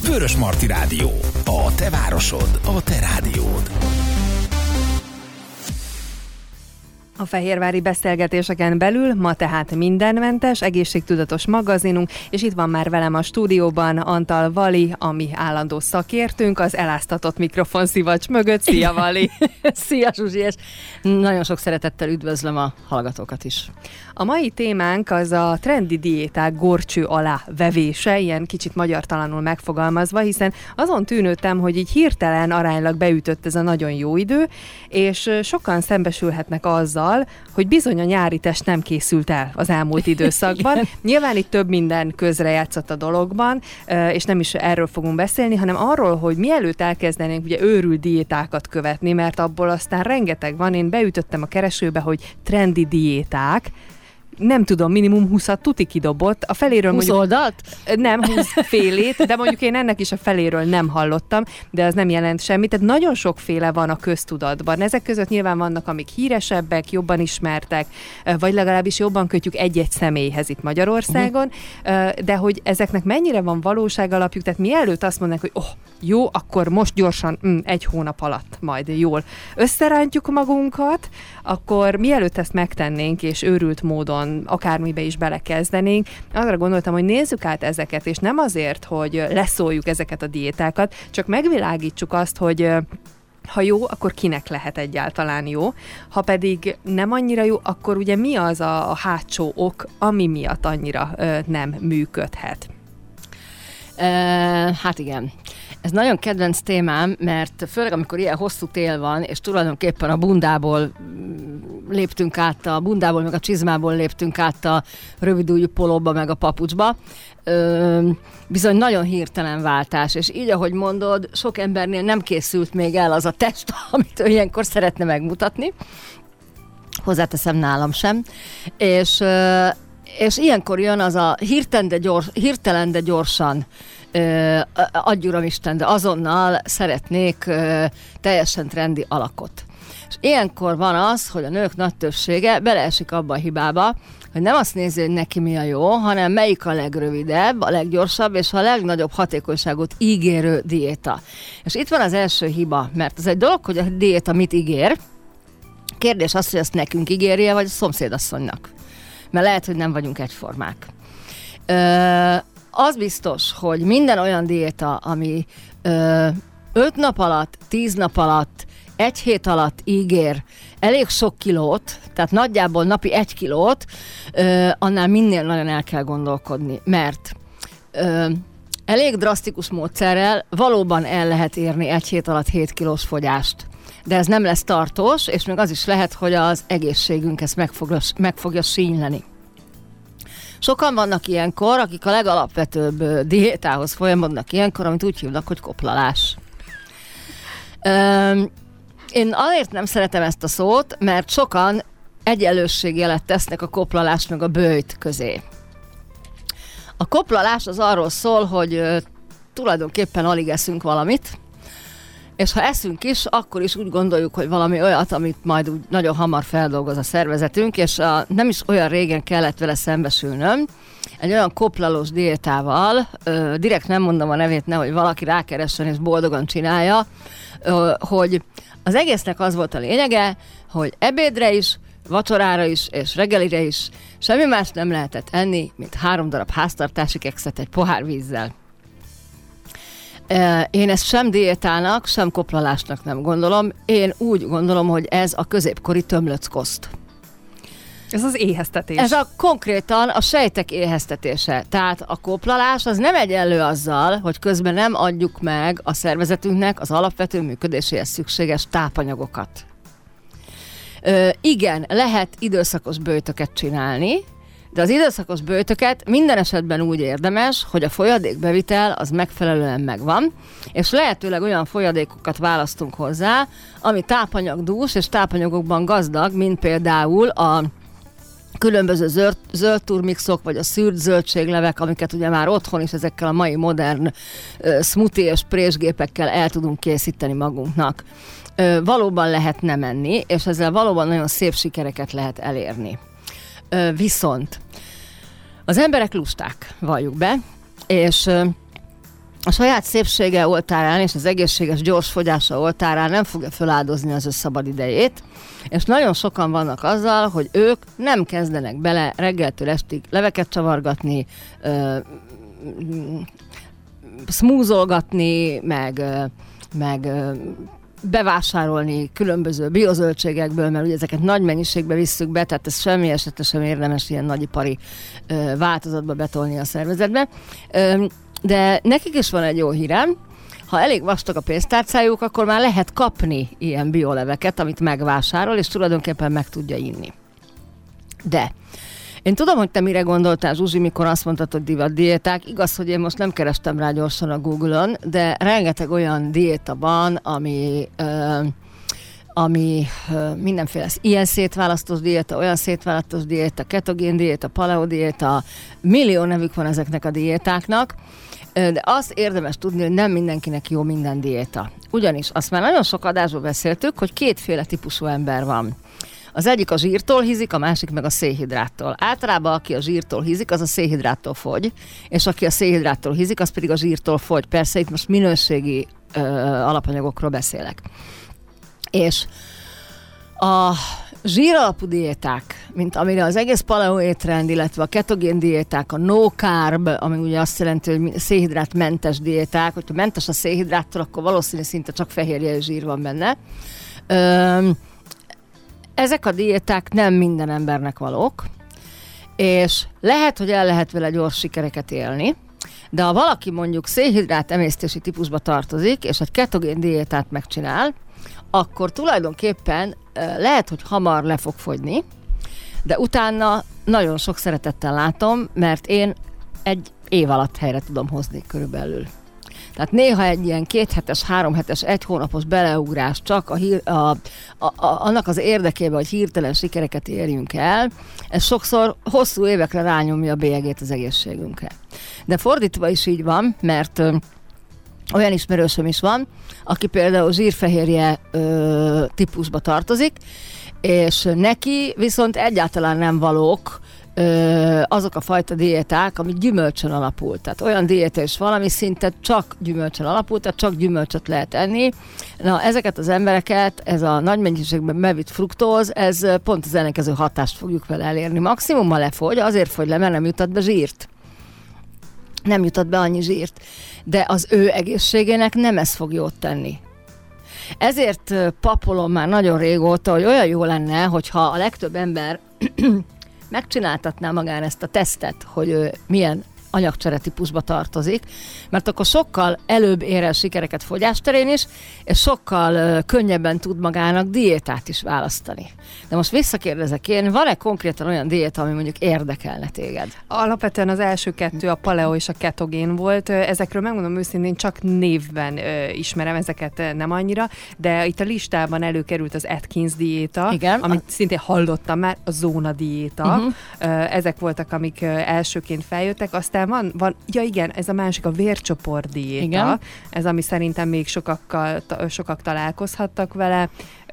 Vörösmarty Rádió. A te városod, a te rádiód. A fehérvári beszélgetéseken belül ma tehát mindenmentes, egészségtudatos magazinunk, és itt van már velem a stúdióban Antal Vali, ami állandó szakértőnk az eláztatott mikrofonszivacs mögött. Szia, Vali! Szia, Zsuzsi, és nagyon sok szeretettel üdvözlöm a hallgatókat is. A mai témánk az a trendi diéták górcső alá vevése, ilyen kicsit magyartalanul megfogalmazva, hiszen azon tűnődtem, hogy így hirtelen aránylag beütött ez a nagyon jó idő, és sokan szembesülhetnek azzal, hogy bizony a nyári test nem készült el az elmúlt időszakban. Nyilván itt több minden közrejátszott a dologban, és nem is erről fogunk beszélni, hanem arról, hogy mielőtt elkezdenénk ugye őrült diétákat követni, mert abból aztán rengeteg van. Én beütöttem a keresőbe, hogy trendi diéták, nem tudom, minimum 20-at tuti kidobott. A feléről 20 oldalt? Nem, 20 félét, de mondjuk én ennek is a feléről nem hallottam, de az nem jelent semmit. Tehát nagyon sokféle van a köztudatban. Ezek között nyilván vannak, amik híresebbek, jobban ismertek, vagy legalábbis jobban kötjük egy-egy személyhez itt Magyarországon, de hogy ezeknek mennyire van valóság alapjuk, tehát mielőtt azt mondanak, hogy jó, akkor most gyorsan, 1 hónap alatt majd jól összerántjuk magunkat, akkor mielőtt ezt megtennénk, és őrült módon akármibe is belekezdenénk, arra gondoltam, hogy nézzük át ezeket, és nem azért, hogy leszóljuk ezeket a diétákat, csak megvilágítsuk azt, hogy ha jó, akkor kinek lehet egyáltalán jó. Ha pedig nem annyira jó, akkor ugye mi az a hátsó ok, ami miatt annyira nem működhet? Hát igen. Ez nagyon kedvenc témám, mert főleg amikor ilyen hosszú tél van, és tulajdonképpen a bundából léptünk át, a bundából meg a csizmából léptünk át a rövidújú polóba meg a papucsba, bizony nagyon hirtelen váltás, és így, ahogy mondod, sok embernél nem készült még el az a test, amit ő ilyenkor szeretne megmutatni. Hozzáteszem, nálam sem. És ilyenkor jön az a hirtelen, de gyorsan, adj Uramisten, de azonnal szeretnék teljesen trendi alakot. És ilyenkor van az, hogy a nők nagy többsége beleesik abba a hibába, hogy nem azt nézi, hogy neki mi a jó, hanem melyik a legrövidebb, a leggyorsabb és a legnagyobb hatékonyságot ígérő diéta. És itt van az első hiba, mert az egy dolog, hogy a diéta mit ígér. Kérdés az, hogy ezt nekünk ígérje, vagy a szomszédasszonynak. Mert lehet, hogy nem vagyunk egyformák. Az biztos, hogy minden olyan diéta, ami 5 nap alatt, 10 nap alatt, 1 hét alatt ígér elég sok kilót, tehát nagyjából napi 1 kilót, annál minél nagyon el kell gondolkodni, mert elég drasztikus módszerrel valóban el lehet érni 1 hét alatt 7 kilós fogyást. De ez nem lesz tartós, és még az is lehet, hogy az egészségünk ezt meg fogja sínyleni. Sokan vannak ilyenkor, akik a legalapvetőbb diétához folyamodnak ilyenkor, amit úgy hívnak, hogy koplalás. Én azért nem szeretem ezt a szót, mert sokan egyenlősségjelet tesznek a koplalás meg a böjt közé. A koplalás az arról szól, hogy tulajdonképpen alig eszünk valamit, és ha eszünk is, akkor is úgy gondoljuk, hogy valami olyat, amit majd úgy nagyon hamar feldolgoz a szervezetünk, és nem is olyan régen kellett vele szembesülnöm, egy olyan koplalós diétával, direkt nem mondom a nevét, nehogy valaki rákeressen és boldogan csinálja, hogy az egésznek az volt a lényege, hogy ebédre is, vacsorára is és reggelire is semmi más nem lehetett enni, mint 3 darab háztartási kekszet egy pohár vízzel. Én ezt sem diétának, sem koplalásnak nem gondolom. Én úgy gondolom, hogy ez a középkori tömlöckoszt. Ez az éheztetés. Ez konkrétan a sejtek éheztetése. Tehát a koplalás az nem egyenlő azzal, hogy közben nem adjuk meg a szervezetünknek az alapvető működéséhez szükséges tápanyagokat. Igen, lehet időszakos böjtöket csinálni, de az időszakos böjtöket minden esetben úgy érdemes, hogy a folyadékbevitel az megfelelően megvan, és lehetőleg olyan folyadékokat választunk hozzá, ami tápanyagdús és tápanyagokban gazdag, mint például a különböző zöld turmixok, vagy a szűrt zöldséglevek, amiket ugye már otthon is ezekkel a mai modern smoothie és présgépekkel el tudunk készíteni magunknak. Valóban lehet nem enni, és ezzel valóban nagyon szép sikereket lehet elérni. Viszont az emberek lusták, valljuk be, és a saját szépsége oltárán és az egészséges gyors fogyása oltárán nem fogja feláldozni az ő szabad idejét, és nagyon sokan vannak azzal, hogy ők nem kezdenek bele reggeltől estig leveket csavargatni, smootholgatni, meg bevásárolni különböző biozöldségekből, mert ugye ezeket nagy mennyiségbe visszük be, tehát ez semmi esetre sem érdemes ilyen nagyipari változatba betolni a szervezetbe. De nekik is van egy jó hírem, ha elég vastag a pénztárcájuk, akkor már lehet kapni ilyen bioleveket, amit megvásárol, és tulajdonképpen meg tudja inni. De én tudom, hogy te mire gondoltál, Zsuzsi, mikor azt mondtad, hogy divatdiéták. Igaz, hogy én most nem kerestem rá gyorsan a Google-on, de rengeteg olyan diéta van, ami mindenféle ilyen szétválasztós diéta, olyan szétválasztós diéta, ketogén diéta, paleo diéta, millió nevük van ezeknek a diétáknak, de azt érdemes tudni, hogy nem mindenkinek jó minden diéta. Ugyanis azt már nagyon sok adásban beszéltük, hogy kétféle típusú ember van. Az egyik a zsírtól hízik, a másik meg a szénhidráttól. Általában aki a zsírtól hízik, az a szénhidráttól fogy, és aki a szénhidráttól hízik, az pedig a zsírtól fogy. Persze itt most minőségi alapanyagokról beszélek. És a zsíralapú diéták, mint amire az egész paleo étrend, illetve a ketogén diéták, a no carb, ami ugye azt jelenti, hogy szénhidrátmentes diéták, hogyha mentes a szénhidráttól, akkor valószínűleg szinte csak fehérje és zsír van benne. Ezek a diéták nem minden embernek valók, és lehet, hogy el lehet vele gyors sikereket élni, de ha valaki mondjuk szénhidrát emésztési típusba tartozik, és egy ketogén diétát megcsinál, akkor tulajdonképpen lehet, hogy hamar le fog fogyni, de utána nagyon sok szeretettel látom, mert én egy év alatt helyre tudom hozni körülbelül. Tehát néha egy ilyen 2 hetes, 3 hetes, 1 hónapos beleugrás csak annak az érdekében, hogy hirtelen sikereket érjünk el, ez sokszor hosszú évekre rányomja a bélyegét az egészségünkre. De fordítva is így van, mert olyan ismerősöm is van, aki például zsírfehérje típusba tartozik, és neki viszont egyáltalán nem valók azok a fajta diéták, ami gyümölcsön alapul. Tehát olyan diéta is valami szinte csak gyümölcsön alapul, tehát csak gyümölcsöt lehet enni. Na, ezeket az embereket, ez a nagy mennyiségben bevitt fruktóz, ez pont az ellenkező hatást fogjuk vele elérni. Maximum, ha lefogy, azért fogy le, mert nem jutott be zsírt. Nem jutott be annyi zsírt. De az ő egészségének nem ez fog jót tenni. Ezért papolom már nagyon régóta, hogy olyan jó lenne, hogyha a legtöbb ember megcsináltatná magán ezt a tesztet, hogy ő milyen anyagcsere típusba tartozik, mert akkor sokkal előbb ér el sikereket fogyásterén is, és sokkal könnyebben tud magának diétát is választani. De most visszakérdezek én, van-e konkrétan olyan diéta, ami mondjuk érdekelne téged? Alapvetően az első 2 a paleo és a ketogén volt. Ezekről megmondom őszintén, csak névben ismerem, ezeket nem annyira, de itt a listában előkerült az Atkins diéta, igen, amit szintén hallottam már, a zóna diéta. Ezek voltak, amik elsőként feljöttek, aztán van, ja igen, ez a másik, a vércsoport diéta, igen. Ez ami szerintem még sokak találkozhattak vele,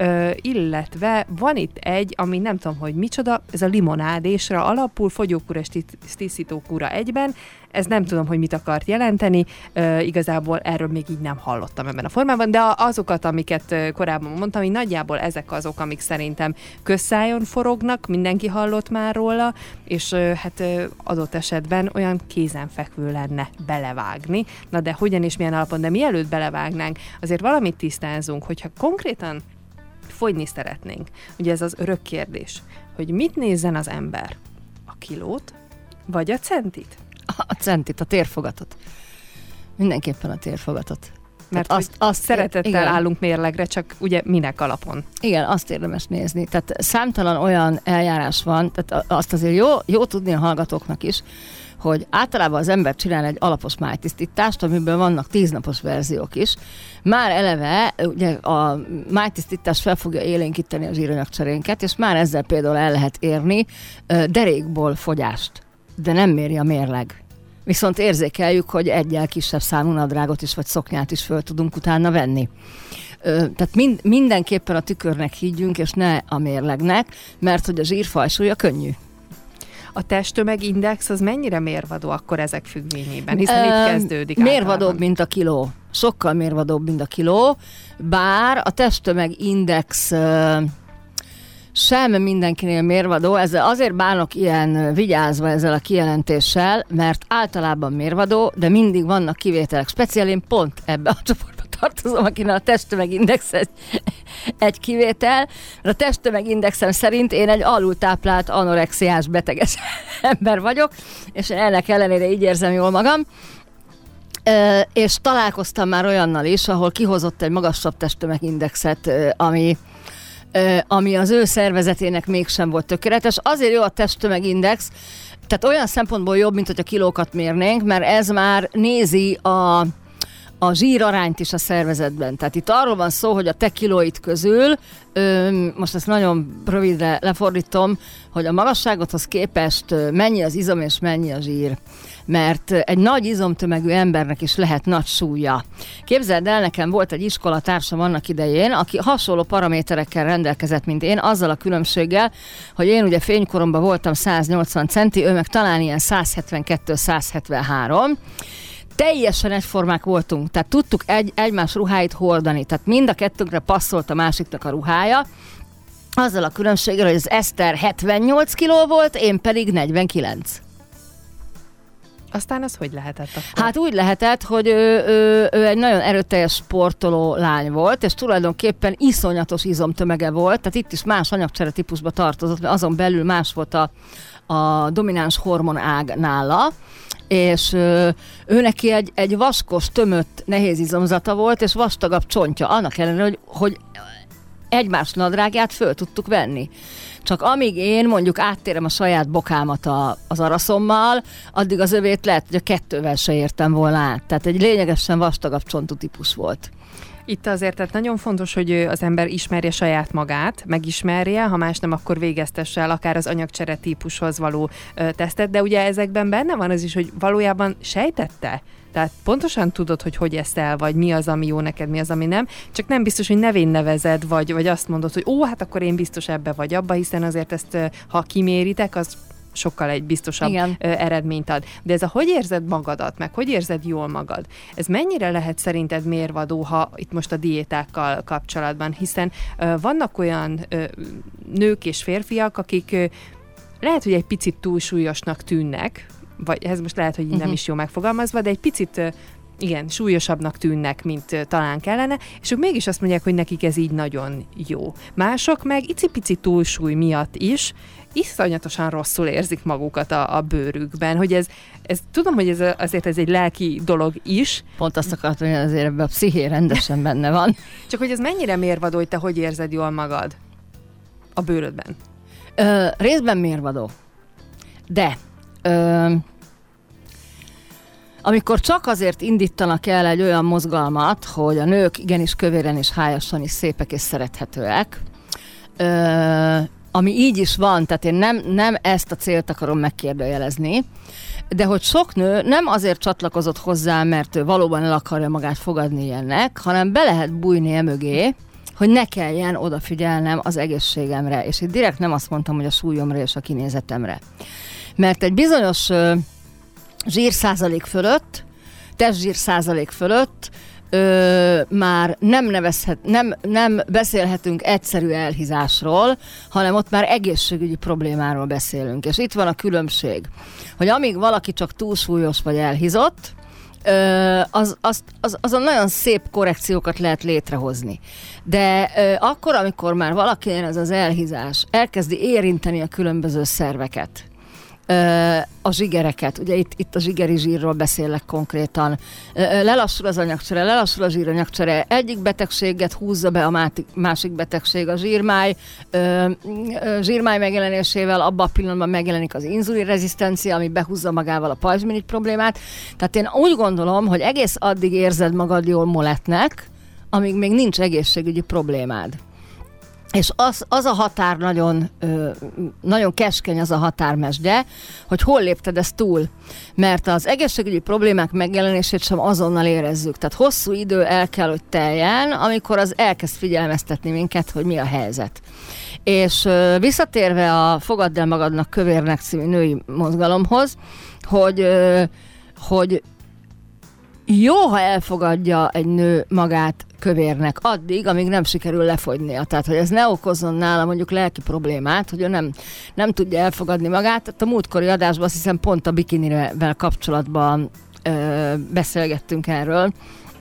illetve van itt egy, ami nem tudom, hogy micsoda, ez a limonádésra alapul, fogyókúra és tisztítókúra egyben, ez nem tudom, hogy mit akart jelenteni, igazából erről még így nem hallottam ebben a formában, de azokat, amiket korábban mondtam, így nagyjából ezek azok, amik szerintem közszájon forognak, mindenki hallott már róla, és hát adott esetben olyan kézenfekvő lenne belevágni. Na de hogyan és milyen alapon, de mielőtt belevágnánk, azért valamit tisztázunk, hogyha konkrétan fogyni szeretnénk. Ugye ez az örök kérdés, hogy mit nézzen az ember? A kilót, vagy a centit? A centit, a térfogatot. Mindenképpen a térfogatot. Mert azt szeretettel igen. Állunk mérlegre, csak ugye minek alapon? Igen, azt érdemes nézni. Tehát számtalan olyan eljárás van, tehát azt azért jó tudni a hallgatóknak is, hogy általában az ember csinál egy alapos májtisztítást, amiből vannak 10 napos verziók is. Már eleve ugye a májtisztítás fel fogja élénkíteni a zsíranyagcserénket, és már ezzel például el lehet érni derékból fogyást, de nem méri a mérleg. Viszont érzékeljük, hogy egyel kisebb számú nadrágot is, vagy szoknyát is föl tudunk utána venni. Tehát mindenképpen a tükörnek higgyünk, és ne a mérlegnek, mert hogy a zsírfajsúlya könnyű. A testtömegindex az mennyire mérvadó akkor ezek függvényében? Hiszen itt kezdődik mérvadóbb, általában. mint a kiló. Sokkal mérvadóbb, mint a kiló, bár a testtömegindex sem mindenkinél mérvadó, ezzel azért bánok ilyen vigyázva ezzel a kijelentéssel, mert általában mérvadó, de mindig vannak kivételek. Speciál én pont ebbe a csoportba tartozom, akinek a testtömegindex egy kivétel, mert a testtömegindexem szerint én egy alultáplált, anorexiás, beteges ember vagyok, és ennek ellenére így érzem jól magam. És találkoztam már olyannal is, ahol kihozott egy magasabb testtömegindexet, ami az ő szervezetének mégsem volt tökéletes. Azért jó a testtömegindex, tehát olyan szempontból jobb, mint hogy a kilókat mérnénk, mert ez már nézi a zsírarányt is a szervezetben. Tehát itt arról van szó, hogy a te kilóid közül, most ezt nagyon rövidre lefordítom, hogy a magasságodhoz képest mennyi az izom és mennyi a zsír. Mert egy nagy izomtömegű embernek is lehet nagy súlya. Képzeld el, nekem volt egy iskolatársam annak idején, aki hasonló paraméterekkel rendelkezett, mint én, azzal a különbséggel, hogy én ugye fénykoromban voltam 180 centi, ő meg talán ilyen 172-173, teljesen egyformák voltunk, tehát tudtuk egymás ruháit hordani, tehát mind a kettőnkre passzolt a másiknak a ruhája, azzal a különbséggel, hogy az Eszter 78 kiló volt, én pedig 49. Aztán az hogy lehetett akkor? Hát úgy lehetett, hogy ő egy nagyon erőteljes sportoló lány volt, és tulajdonképpen iszonyatos izomtömege volt, tehát itt is más anyagcsere típusba tartozott, mert azon belül más volt a domináns hormonág nála, és ő neki egy vaskos, tömött, nehéz izomzata volt, és vastagabb csontja, annak ellenére, hogy egymás nadrágját föl tudtuk venni. Csak amíg én mondjuk áttérem a saját bokámat az araszommal, addig az övét lehet, hogy a kettővel se értem volna át. Tehát egy lényegesen vastagabb csontú típus volt. Itt azért tehát nagyon fontos, hogy az ember ismerje saját magát, megismerje, ha más nem, akkor végeztesse el akár az anyagcsere típushoz való tesztet, de ugye ezekben benne van az is, hogy valójában sejtette. Tehát pontosan tudod, hogy eszel, vagy mi az, ami jó neked, mi az, ami nem, csak nem biztos, hogy nevén nevezed, vagy azt mondod, hogy hát akkor én biztos ebbe vagy abba, hiszen azért ezt, ha kiméritek, az sokkal egy biztosabb eredményt ad. De ez a hogy érzed magadat, meg hogy érzed jól magad, ez mennyire lehet szerinted mérvadó, ha itt most a diétákkal kapcsolatban, hiszen vannak olyan nők és férfiak, akik lehet, hogy egy picit túlsúlyosnak tűnnek, vagy ez most lehet, hogy nem is jó megfogalmazva, de egy picit igen, súlyosabbnak tűnnek, mint talán kellene, és ők mégis azt mondják, hogy nekik ez így nagyon jó. Mások meg icipici túlsúly miatt is iszonyatosan rosszul érzik magukat a bőrükben, hogy ez tudom, hogy ez azért ez egy lelki dolog is. Pont azt akartam, hogy azért ebben a psziché rendesen benne van. Csak hogy ez mennyire mérvadó, hogy te hogy érzed jól magad a bőrödben? Részben mérvadó. De amikor csak azért indítanak el egy olyan mozgalmat, hogy a nők igenis kövéren és hájasan is szépek és szerethetőek, ami így is van, tehát én nem ezt a célt akarom megkérdőjelezni, de hogy sok nő nem azért csatlakozott hozzá, mert ő valóban el akarja magát fogadni ilyennek, hanem be lehet bújni emögé, hogy ne kelljen odafigyelnem az egészségemre. És itt direkt nem azt mondtam, hogy a súlyomra és a kinézetemre. Mert egy bizonyos zsírszázalék fölött, testzsír százalék fölött már nem beszélhetünk egyszerű elhízásról, hanem ott már egészségügyi problémáról beszélünk. És itt van a különbség, hogy amíg valaki csak túlsúlyos vagy elhízott, azon nagyon szép korrekciókat lehet létrehozni. De akkor, amikor már valakinek ez az elhízás elkezdi érinteni a különböző szerveket, a zsigereket, ugye itt a zsigeri zsírról beszélek konkrétan, lelassul az anyagcsere, lelassul a zsíranyagcsere, egyik betegséget húzza be a másik betegség, a zsírmáj megjelenésével abban a pillanatban megjelenik az inzulinrezisztencia, ami behúzza magával a pajzsmirigy problémát. Tehát én úgy gondolom, hogy egész addig érzed magad jól molettnek, amíg még nincs egészségügyi problémád. És az a határ nagyon keskeny, az a határmesdje, hogy hol lépted ezt túl. Mert az egészségügyi problémák megjelenését sem azonnal érezzük. Tehát hosszú idő el kell, hogy teljen, amikor az elkezd figyelmeztetni minket, hogy mi a helyzet. És visszatérve a Fogadd el magadnak Kövérnek című női mozgalomhoz, hogy jó, ha elfogadja egy nő magát kövérnek addig, amíg nem sikerül lefogynia. Tehát, hogy ez ne okozzon nála mondjuk lelki problémát, hogy ő nem tudja elfogadni magát. Tehát a múltkori adásban azt hiszem pont a bikinivel kapcsolatban beszélgettünk erről,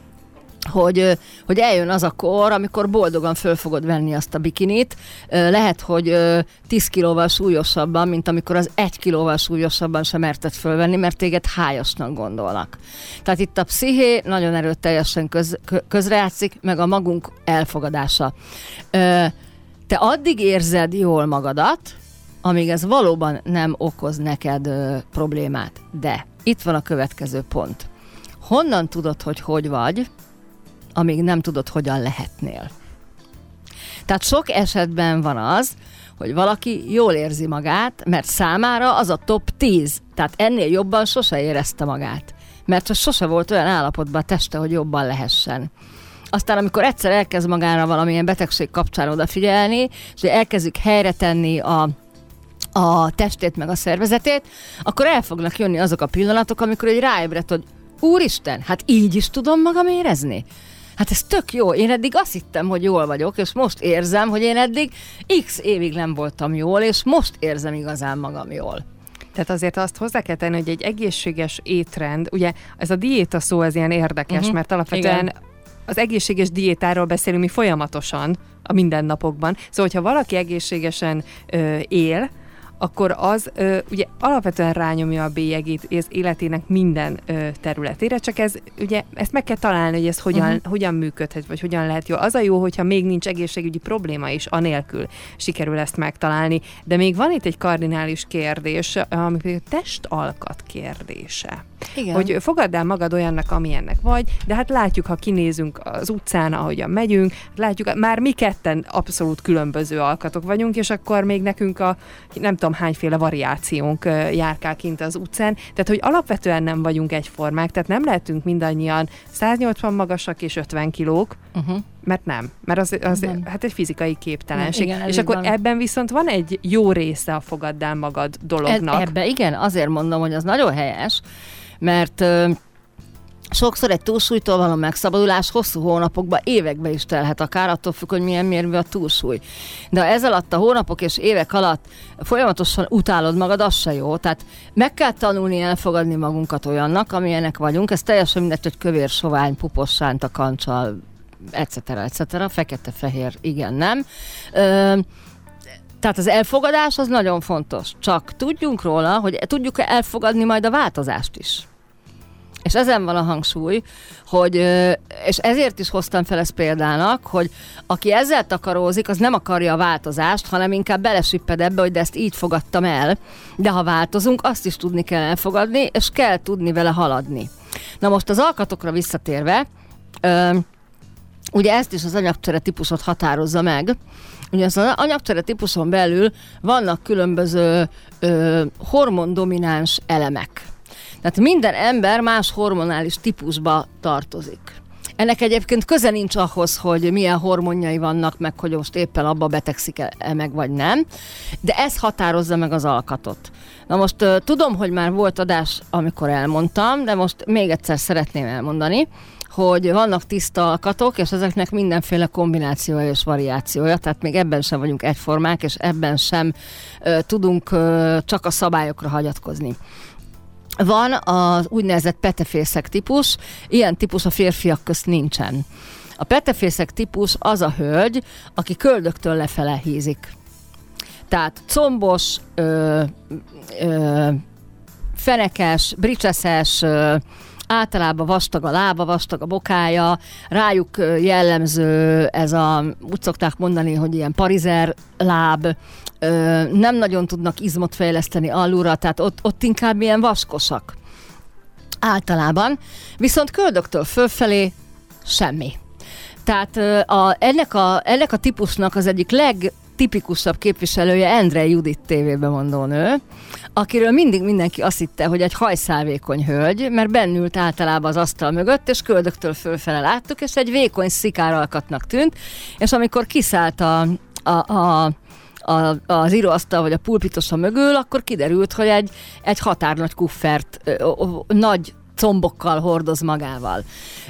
hogy eljön az a kor, amikor boldogan föl fogod venni azt a bikinit. Lehet, hogy 10 kilóval súlyosabban, mint amikor az 1 kilóval súlyosabban sem merted fölvenni, mert téged hályasnak gondolnak. Tehát itt a psziché nagyon erőteljesen közrejátszik, meg a magunk elfogadása. Te addig érzed jól magadat, amíg ez valóban nem okoz neked problémát. De itt van a következő pont. Honnan tudod, hogy vagy, amíg nem tudod, hogyan lehetnél. Tehát sok esetben van az, hogy valaki jól érzi magát, mert számára az a top 10. Tehát ennél jobban sose érezte magát. Mert sose volt olyan állapotban a teste, hogy jobban lehessen. Aztán, amikor egyszer elkezd magára valamilyen betegség kapcsán odafigyelni, és elkezdik helyre tenni a testét meg a szervezetét, akkor el fognak jönni azok a pillanatok, amikor egy ráébred, hogy úristen, hát így is tudom magam érezni. Hát ez tök jó. Én eddig azt hittem, hogy jól vagyok, és most érzem, hogy én eddig x évig nem voltam jól, és most érzem igazán magam jól. Tehát azért azt hozzá kell tenni, hogy egy egészséges étrend, ugye ez a diéta szó, ez ilyen érdekes, mert alapvetően igen. Az egészséges diétáról beszélünk mi folyamatosan a mindennapokban. Szóval, hogyha valaki egészségesen él, akkor az ugye alapvetően rányomja a bélyegét az életének minden területére, csak ezt meg kell találni, hogy ez hogyan működhet, vagy hogyan lehet jó. Az a jó, hogyha még nincs egészségügyi probléma is, anélkül sikerül ezt megtalálni. De még van itt egy kardinális kérdés, ami a testalkat kérdése. Igen. Hogy fogadd el magad olyannak, amilyennek vagy, de hát látjuk, ha kinézünk az utcán, ahogyan megyünk, látjuk, már mi ketten abszolút különböző alkatok vagyunk, és akkor még nekünk nem tudom hányféle variációnk járkál kint az utcán, tehát hogy alapvetően nem vagyunk egyformák, tehát nem lehetünk mindannyian 180 magasak és 50 kilók, mert nem. Mert az nem. Hát egy fizikai képtelenség. Igen, és akkor van. Ebben viszont van egy jó része a fogadd el magad dolognak. Ebben igen, azért mondom, hogy az nagyon helyes, mert sokszor egy túlsúlytól való megszabadulás hosszú hónapokban, évekbe is telhet akár, attól függ, hogy milyen mérvű a túlsúly. De ez alatt a hónapok és évek alatt folyamatosan utálod magad, az se jó. Tehát meg kell tanulni elfogadni magunkat olyannak, amilyenek vagyunk. Ez teljesen mindegy, hogy kövér, sovány, pupos, sánta, kancsal, etc. Fekete-fehér, igen, nem. Tehát az elfogadás az nagyon fontos. Csak tudjunk róla, hogy tudjuk elfogadni majd a változást is. És ezen van a hangsúly, hogy, és ezért is hoztam fel ezt példának, hogy aki ezzel takarózik, az nem akarja a változást, hanem inkább belesipped ebbe, hogy de ezt így fogadtam el. De ha változunk, azt is tudni kell elfogadni, és kell tudni vele haladni. Na most az alkatokra visszatérve, ugye ezt is az anyagcsere típusot határozza meg. Ugye az anyagcsere típuson belül vannak különböző hormondomináns elemek. Tehát minden ember más hormonális típusba tartozik. Ennek egyébként köze nincs ahhoz, hogy milyen hormonjai vannak, meg hogy most éppen abba betegszik-e meg, vagy nem, de ez határozza meg az alkatot. Na most tudom, hogy már volt adás, amikor elmondtam, de most még egyszer szeretném elmondani, hogy vannak tiszta alkatok, és ezeknek mindenféle kombinációja és variációja, tehát még ebben sem vagyunk egyformák, és ebben sem tudunk csak a szabályokra hagyatkozni. Van az úgynevezett petefészek típus, ilyen típus a férfiak közt nincsen. A petefészek típus az a hölgy, aki köldöktől lefele hízik. Tehát combos, fenekes, bricseszes, általában vastag a lába, vastag a bokája, rájuk jellemző ez úgy szokták mondani, hogy ilyen parizer láb, nem nagyon tudnak izmot fejleszteni alulra, tehát ott inkább ilyen vaskosak általában, viszont köldöktől fölfelé semmi. Tehát ennek a típusnak az egyik legtipikusabb képviselője Endre Judit tévébemondó nő, akiről mindig mindenki azt hitte, hogy egy hajszálvékony hölgy, mert bennült általában az asztal mögött, és köldöktől fölfele láttuk, és egy vékony szikáralkatnak tűnt, és amikor kiszállt az íróasztal vagy a pulpitosa mögül, akkor kiderült, hogy egy határnagy kuffert nagy combokkal hordoz magával.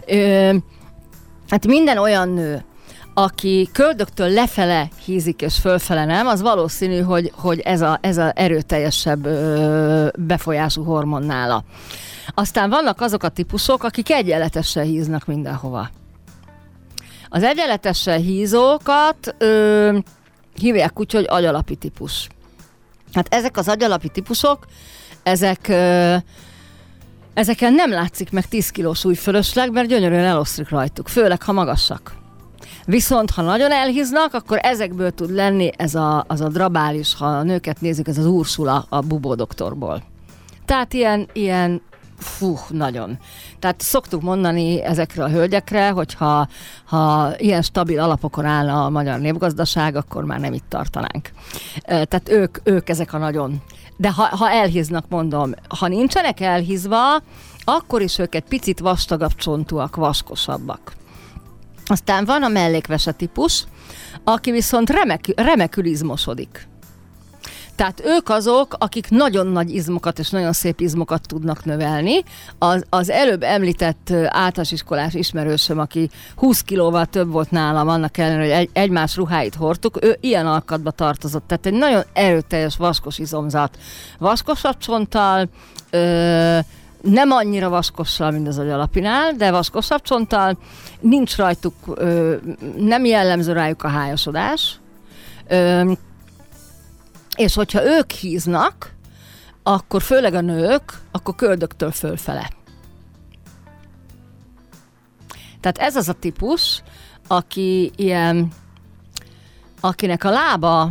Hát minden olyan nő, aki köldöktől lefele hízik és fölfele nem, az valószínű, hogy ez a erőteljesebb befolyású hormon nála. Aztán vannak azok a típusok, akik egyenletesen híznak mindenhova. Az egyenletesen hízókat hívják úgy, hogy agyalapi típus. Hát ezek az agyalapi típusok, ezeken nem látszik meg 10 kilós új fölösleg, mert gyönyörűen eloszlik rajtuk, főleg ha magasak. Viszont ha nagyon elhíznak, akkor ezekből tud lenni az a drabális, ha a nőket nézzük, ez az Ursula a Bubó doktorból. Tehát ilyen nagyon. Tehát szoktuk mondani ezekre a hölgyekre, hogy ha ilyen stabil alapokon állna a magyar népgazdaság, akkor már nem itt tartanánk. Tehát ők ezek a nagyon... De ha elhíznak, mondom, ha nincsenek elhízva, akkor is ők egy picit vastagabb csontúak, vaskosabbak. Aztán van a mellékvese típus, aki viszont remekül izmosodik. Tehát ők azok, akik nagyon nagy izmokat és nagyon szép izmokat tudnak növelni. Az előbb említett általános iskolás ismerősöm, aki 20 kilóval több volt nálam, annak ellenére, hogy egymás ruháit hordtuk, ő ilyen alkatba tartozott. Tehát egy nagyon erőteljes, vaskos izomzat. Vaskosabb csonttal, nem annyira vaskossal, mint az agyalapinál, de vaskosabb csonttal, nincs rajtuk, nem jellemző rájuk a hályosodás, és hogyha ők híznak, akkor főleg a nők, akkor köldöktől fölfele. Tehát ez az a típus, akinek a lába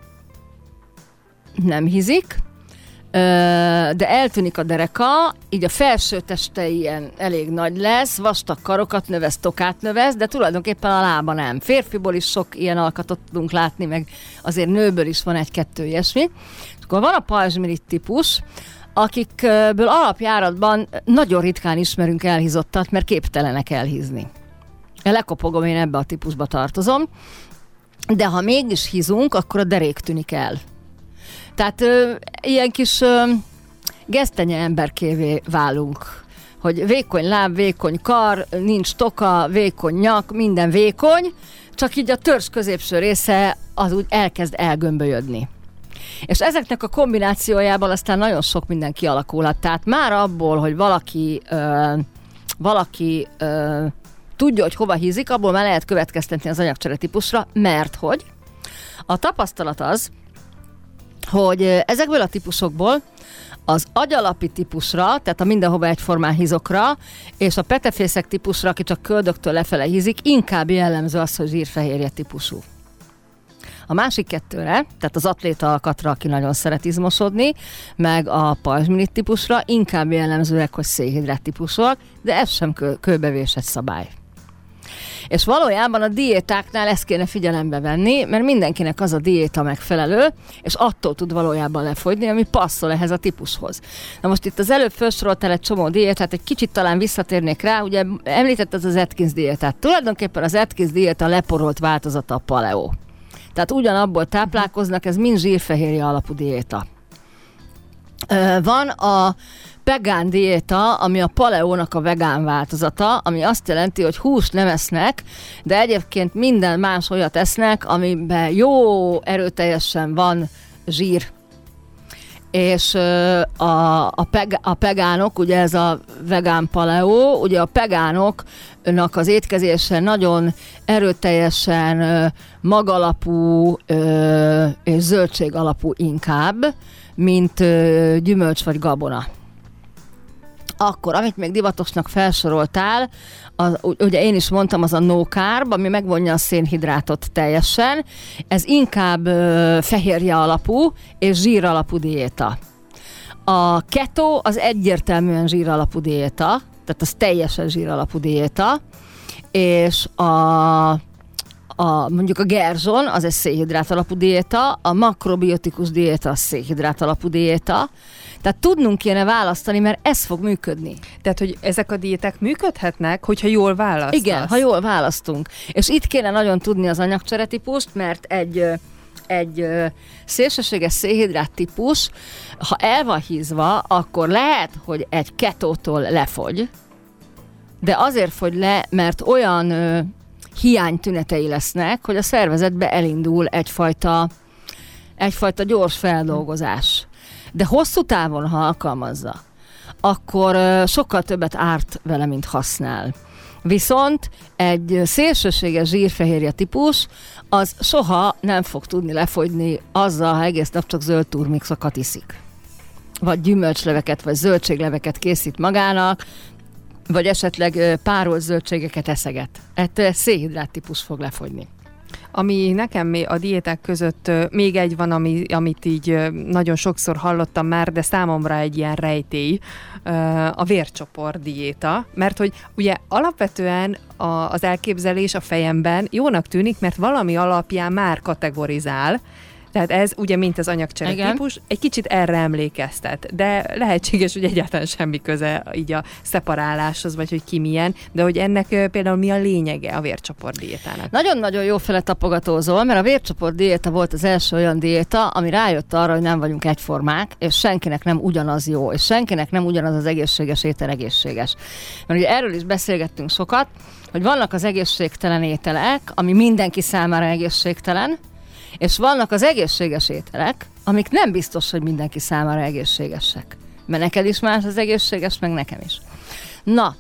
nem hízik, de eltűnik a dereka, így a felső teste ilyen elég nagy lesz, vastag karokat növesz, tokát növesz, de tulajdonképpen a lába nem. Férfiból is sok ilyen alkatot tudunk látni, meg azért nőből is van egy-kettő ilyesmi. Akkor van a pajzsmirigy típus, akikből alapjáratban nagyon ritkán ismerünk elhízottat, mert képtelenek elhízni. Lekopogom, én ebbe a típusba tartozom, de ha mégis hízunk, akkor a derék tűnik el. Tehát ilyen kis gesztenye emberkévé válunk, hogy vékony láb, vékony kar, nincs toka, vékony nyak, minden vékony, csak így a törzs középső része az úgy elkezd elgömbölyödni. És ezeknek a kombinációjában aztán nagyon sok minden kialakulhat. Tehát már abból, hogy valaki tudja, hogy hova hízik, abból már lehet következtetni az anyagcsere típusra, mert hogy a tapasztalat az, hogy ezekből a típusokból az agyalapi típusra, tehát a mindenhova egyformán hízokra, és a petefészek típusra, aki csak köldöktől lefele hízik, inkább jellemző az, hogy zsírfehérje típusú. A másik kettőre, tehát az atléta alkatra, aki nagyon szeret izmosodni, meg a pajzsmirigy típusra inkább jellemzőek, hogy szénhidrát típusúak, de ez sem kőbevésett szabály. És valójában a diétáknál ezt kéne figyelembe venni, mert mindenkinek az a diéta megfelelő, és attól tud valójában lefogyni, ami passzol ehhez a típushoz. Na most itt az előbb felsoroltál egy csomó diétát, egy kicsit talán visszatérnék rá, ugye említett az Atkins diétát. Tulajdonképpen az Atkins diéta leporolt változata a paleo. Tehát ugyanabból táplálkoznak, ez mind zsírfehérje alapú diéta. Van a vegán diéta, ami a paleónak a vegán változata, ami azt jelenti, hogy húst nem esznek, de egyébként minden más olyat esznek, amiben jó erőteljesen van zsír. És a pegánok, ugye ez a vegán paleó, ugye a pegánoknak az étkezése nagyon erőteljesen magalapú és zöldség alapú inkább, mint gyümölcs vagy gabona. Akkor, amit még divatosnak felsoroltál, ugye én is mondtam, az a no carb, ami megvonja a szénhidrátot teljesen. Ez inkább fehérje alapú és zsír alapú diéta. A keto az egyértelműen zsír alapú diéta, tehát az teljesen zsíralapú diéta, és mondjuk a Gerzson, az egy szénhidrát alapú diéta, a makrobiotikus diéta a szénhidrát alapú diéta, tehát tudnunk kéne választani, mert ez fog működni. Tehát, hogy ezek a diéták működhetnek, hogyha jól választasz? Igen, ha jól választunk. És itt kéne nagyon tudni az anyagcsere típust, mert egy szélsőséges szénhidrát típus, ha el van hízva, akkor lehet, hogy egy ketótól lefogy, de azért fogy le, mert olyan hiánytünetei lesznek, hogy a szervezetbe elindul egyfajta gyors feldolgozás. De hosszú távon, ha alkalmazza, akkor sokkal többet árt vele, mint használ. Viszont egy szélsőséges zsírfehérje típus, az soha nem fog tudni lefogyni azzal, ha egész nap csak zöld turmixokat iszik. Vagy gyümölcsleveket, vagy zöldségleveket készít magának, vagy esetleg párolt zöldségeket eszeget. Ettől szénhidrát típus fog lefogyni. Ami nekem a diéták között még egy van, amit így nagyon sokszor hallottam már, de számomra egy ilyen rejtély, a vércsoport diéta, mert hogy ugye alapvetően az elképzelés a fejemben jónak tűnik, mert valami alapján már kategorizál, tehát ez ugye, mint az anyagcsere típus, egy kicsit erre emlékeztet, de lehetséges, hogy egyáltalán semmi köze így a szeparáláshoz, vagy hogy ki milyen, de hogy ennek például mi a lényege a vércsoport diétának. Nagyon-nagyon jó fele tapogatózol, mert a vércsoport diéta volt az első olyan diéta, ami rájött arra, hogy nem vagyunk egyformák, és senkinek nem ugyanaz jó, és senkinek nem ugyanaz az egészséges étel egészséges. Mert ugye erről is beszélgettünk sokat, hogy vannak az egészségtelen ételek, ami mindenki számára egészségtelen, és vannak az egészséges ételek, amik nem biztos, hogy mindenki számára egészségesek. Mert neked is más az egészséges, meg nekem is. Na,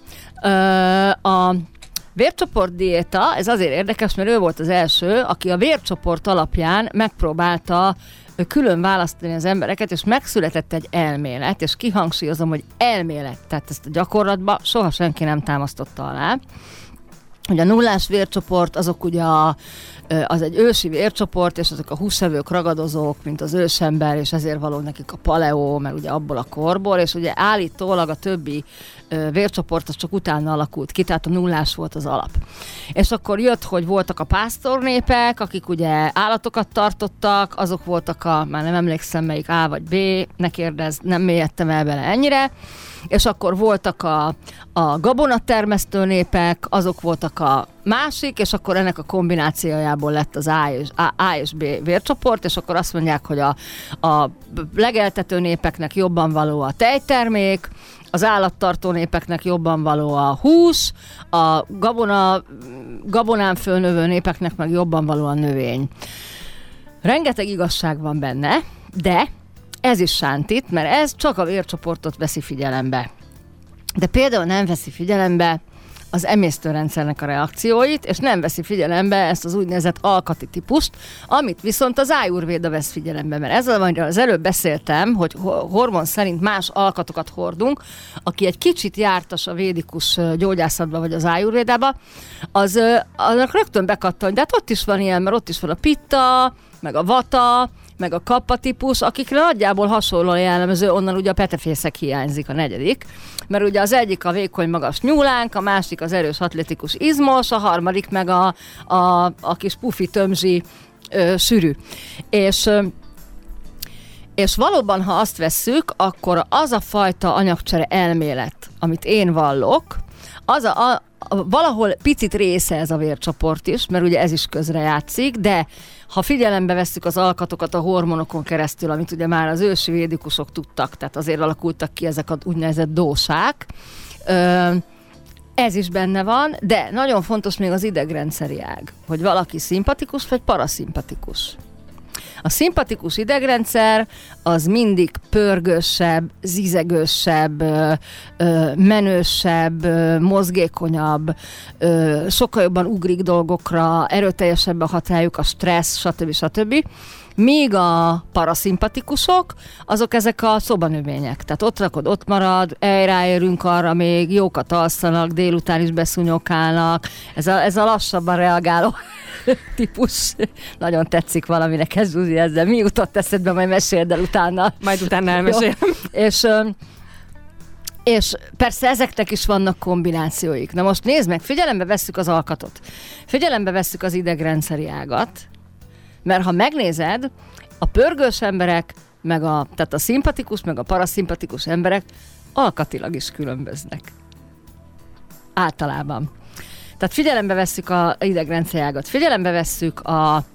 a vércsoport diéta, ez azért érdekes, mert ő volt az első, aki a vércsoport alapján megpróbálta külön választani az embereket, és megszületett egy elmélet, és kihangsúlyozom, hogy elmélet, tehát ezt a gyakorlatban soha senki nem támasztotta alá, hogy a nullás vércsoport, azok ugye az egy ősi vércsoport, és azok a húsevők, ragadozók, mint az ősember, és ezért való nekik a paleó, mert ugye abból a korból, és ugye állítólag a többi vércsoport az csak utána alakult ki, tehát a nullás volt az alap. És akkor jött, hogy voltak a pásztornépek, akik ugye állatokat tartottak, azok voltak már nem emlékszem melyik A vagy B, ne kérdezz, nem mélyedtem el bele ennyire, és akkor voltak a gabonatermesztő népek, azok voltak a másik, és akkor ennek a kombinációjából lett az A és B vércsoport, és akkor azt mondják, hogy a legeltető népeknek jobban való a tejtermék, az állattartó népeknek jobban való a hús, a gabonán fölnövő népeknek meg jobban való a növény. Rengeteg igazság van benne, de ez is sántít, mert ez csak a vércsoportot veszi figyelembe. De például nem veszi figyelembe az emésztőrendszernek a reakcióit, és nem veszi figyelembe ezt az úgynevezett alkati típust, amit viszont az ájurvéda vesz figyelembe, mert ezzel van, az előbb beszéltem, hogy hormon szerint más alkatokat hordunk, aki egy kicsit jártas a védikus gyógyászatba vagy az ájurvédába, annak rögtön bekattan, de hát ott is van ilyen, mert ott is van a pitta, meg a vata, meg a kappa típus, akikre nagyjából hasonlóan jellemző, onnan ugye a petefészek hiányzik, a negyedik, mert ugye az egyik a vékony magas nyúlánk, a másik az erős atlétikus izmos, a harmadik meg a kis pufi tömzsi sűrű. És valóban, ha azt vesszük, akkor az a fajta anyagcsere elmélet, amit én vallok, az valahol picit része ez a vércsoport is, mert ugye ez is közrejátszik, de ha figyelembe vesszük az alkatokat a hormonokon keresztül, amit ugye már az ősi védikusok tudtak, tehát azért alakultak ki ezek az úgynevezett dósák, ez is benne van, de nagyon fontos még az idegrendszeri ág, hogy valaki szimpatikus vagy paraszimpatikus. A szimpatikus idegrendszer az mindig pörgősebb, zizegősebb, menősebb, mozgékonyabb, sokkal jobban ugrik dolgokra, erőteljesebb a hatályuk, a stressz, stb. Míg a paraszimpatikusok, azok ezek a szobanövények. Tehát ott rakod, ott marad, ráérünk arra még, jókat alszanak, délután is beszúnyogálnak. Ez a lassabban reagáló típus. Nagyon tetszik valami neked, Zsuzsi, ezzel. Mi jutott eszedbe, majd meséld el utána. Majd utána elmesélem. És És persze ezeknek is vannak kombinációik. Na most nézd meg, figyelembe vesszük az alkatot. Figyelembe vesszük az idegrendszeri ágat, mert ha megnézed, a pörgős emberek, tehát a szimpatikus, meg a paraszimpatikus emberek alkatilag is különböznek. Általában. Tehát figyelembe vesszük a idegrendszeri ágat, figyelembe vesszük a